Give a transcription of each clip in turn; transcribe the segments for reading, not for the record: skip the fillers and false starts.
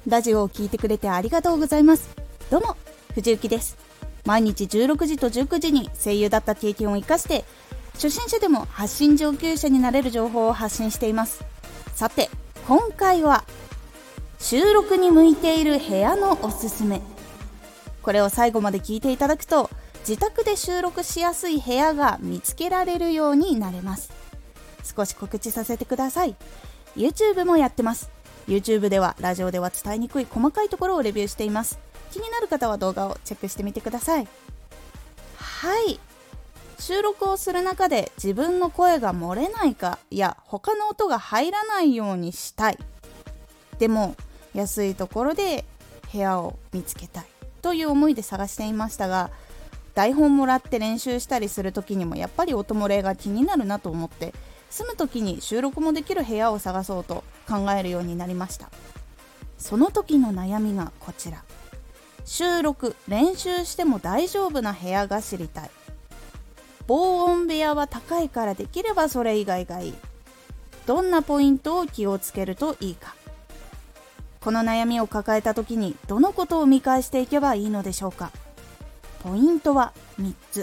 ラジオを聞いてくれてありがとうございます。どうも藤幸です。毎日16時と19時に声優だった経験を生かして初心者でも発信上級者になれる情報を発信しています。さて今回は収録に向いている部屋のおすすめ。これを最後まで聞いていただくと自宅で収録しやすい部屋が見つけられるようになれます。少し告知させてください。 YouTube もやってます。 YouTube ではラジオでは伝えにくい細かいところをレビューしています。気になる方は動画をチェックしてみてください。はい、収録をする中で自分の声が漏れないかや他の音が入らないようにしたい。でも安いところで部屋を見つけたいという思いで探していましたが、台本もらって練習したりする時にもやっぱり音漏れが気になるなと思って、住む時に収録もできる部屋を探そうと考えるようになりました。その時の悩みがこちら。収録練習しても大丈夫な部屋が知りたい。防音部屋は高いからできればそれ以外がいい。どんなポイントを気をつけるといいか。この悩みを抱えた時にどのことを見返していけばいいのでしょうか。ポイントは3つ。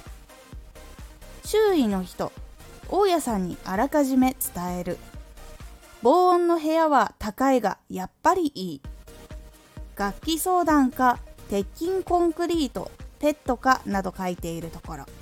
周囲の人、大家さんにあらかじめ伝える。防音の部屋は高いがやっぱりいい。楽器相談か鉄筋コンクリート、ペットかなど書いているところ。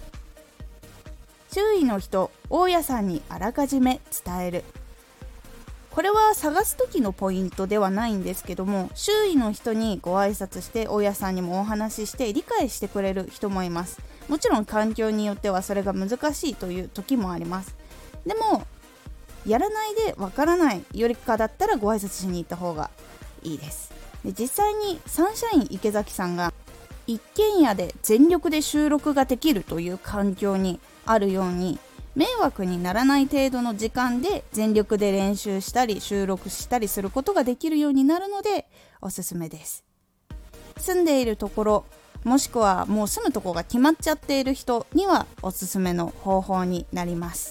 周囲の人、大家さんにあらかじめ伝える。これは探す時のポイントではないんですけども、周囲の人にご挨拶して大家さんにもお話しして理解してくれる人もいます。もちろん環境によってはそれが難しいという時もあります。でもやらないでわからないよりかだったらご挨拶しに行った方がいいです。で、実際にサンシャイン池崎さんが一軒家で全力で収録ができるという環境にあるように、迷惑にならない程度の時間で全力で練習したり収録したりすることができるようになるのでおすすめです。住んでいるところもしくはもう住むところが決まっちゃっている人にはおすすめの方法になります。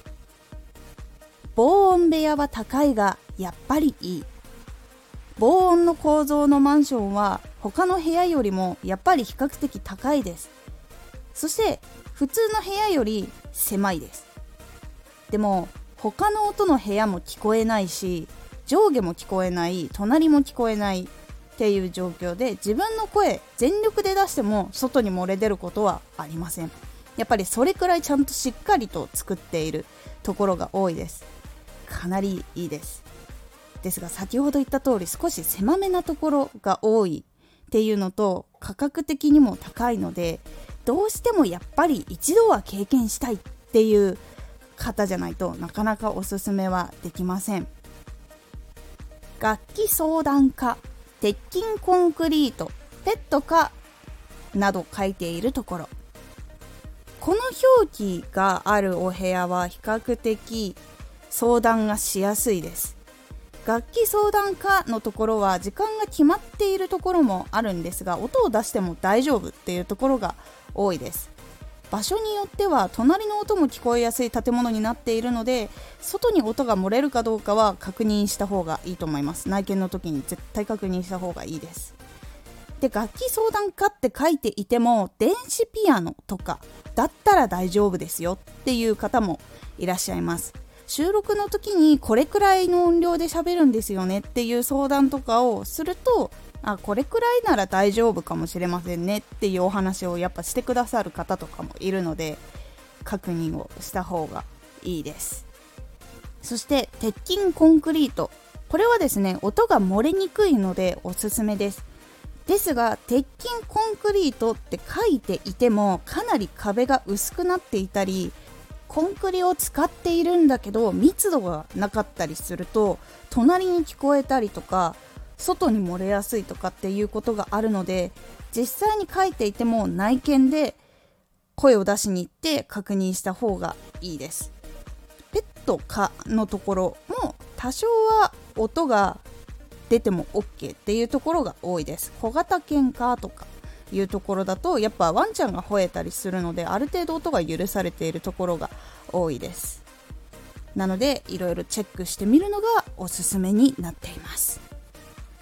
防音部屋は高いがやっぱりいい。防音の構造のマンションは他の部屋よりもやっぱり比較的高いです。そして普通の部屋より狭いです。でも他の音の部屋も聞こえないし、上下も聞こえない、隣も聞こえないっていう状況で、自分の声全力で出しても外に漏れ出ることはありません。やっぱりそれくらいちゃんとしっかりと作っているところが多いです。かなりいいです。ですが先ほど言った通り少し狭めなところが多いっていうのと、価格的にも高いので、どうしてもやっぱり一度は経験したいっていう方じゃないとなかなかおすすめはできません。楽器相談か鉄筋コンクリート、ペットかなど書いているところ。この表記があるお部屋は比較的相談がしやすいです。楽器相談家のところは時間が決まっているところもあるんですが、音を出しても大丈夫っていうところが多いです。場所によっては隣の音も聞こえやすい建物になっているので、外に音が漏れるかどうかは確認した方がいいと思います。内見の時に絶対確認した方がいいです。で、楽器相談家って書いていても電子ピアノとかだったら大丈夫ですよっていう方もいらっしゃいます。収録の時にこれくらいの音量で喋るんですよねっていう相談とかをすると、これくらいなら大丈夫かもしれませんねっていうお話をやっぱしてくださる方とかもいるので、確認をした方がいいです。そして鉄筋コンクリート、これはですね、音が漏れにくいのでおすすめです。ですが鉄筋コンクリートって書いていてもかなり壁が薄くなっていたり、コンクリを使っているんだけど密度がなかったりすると隣に聞こえたりとか外に漏れやすいとかっていうことがあるので、実際に書いていても内見で声を出しに行って確認した方がいいです。ペット可のところも多少は音が出ても OK っていうところが多いです。小型犬可とかいうところだとやっぱワンちゃんが吠えたりするので、ある程度音が許されているところが多いです。なのでいろいろチェックしてみるのがおすすめになっています。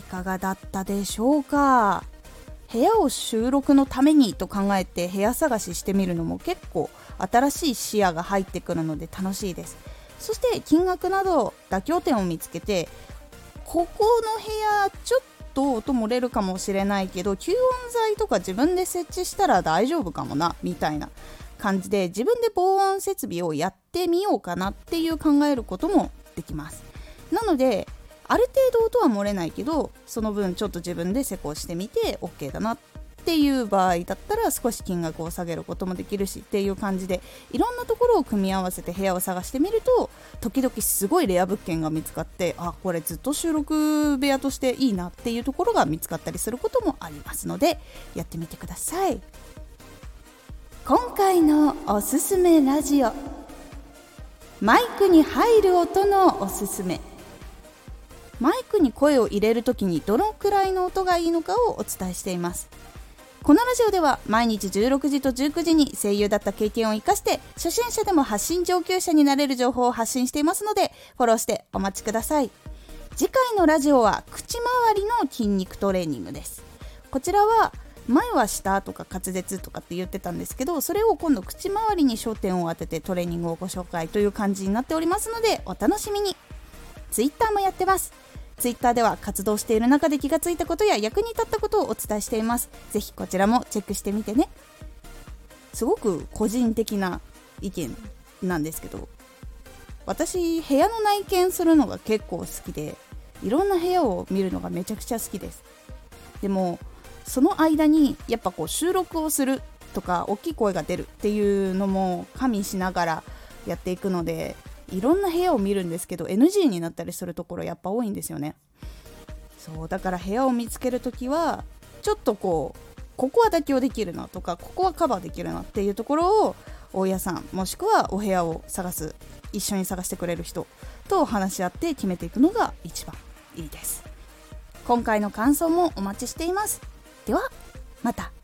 かがだったでしょうか。部屋を収録のためにと考えて部屋探ししてみるのも結構新しい視野が入ってくるので楽しいです。そして金額など妥協点を見つけて、ここの部屋ちょっと音漏れるかもしれないけど吸音材とか自分で設置したら大丈夫かもなみたいな感じで、自分で防音設備をやってみようかなっていう考えることもできます。なのである程度音は漏れないけど、その分ちょっと自分で施工してみて OK だなっていう場合だったら少し金額を下げることもできるしっていう感じで、いろんなところを組み合わせて部屋を探してみると、時々すごいレア物件が見つかって、あ、これずっと収録部屋としていいなっていうところが見つかったりすることもありますので、やってみてください。今回のおすすめラジオ、マイクに入る音のおすすめ。マイクに声を入れるときにどのくらいの音がいいのかをお伝えしています。このラジオでは毎日16時と19時に声優だった経験を生かして初心者でも発信上級者になれる情報を発信していますので、フォローしてお待ちください。次回のラジオは口周りの筋肉トレーニングです。こちらは前は舌とか滑舌とかって言ってたんですけど、それを今度口周りに焦点を当ててトレーニングをご紹介という感じになっておりますので、お楽しみに。ツイッターもやってます。ツイッターでは活動している中で気がついたことや役に立ったことをお伝えしています。ぜひこちらもチェックしてみてね。すごく個人的な意見なんですけど、私部屋の内見するのが結構好きで、いろんな部屋を見るのがめちゃくちゃ好きです。でもその間にやっぱこう収録をするとか大きい声が出るっていうのも加味しながらやっていくので、いろんな部屋を見るんですけど NG になったりするところやっぱ多いんですよね。そうだから部屋を見つけるときはちょっとここは妥協できるなとか、ここはカバーできるなっていうところを大家さんもしくはお部屋を一緒に探してくれる人と話し合って決めていくのが一番いいです。今回の感想もお待ちしています。ではまた。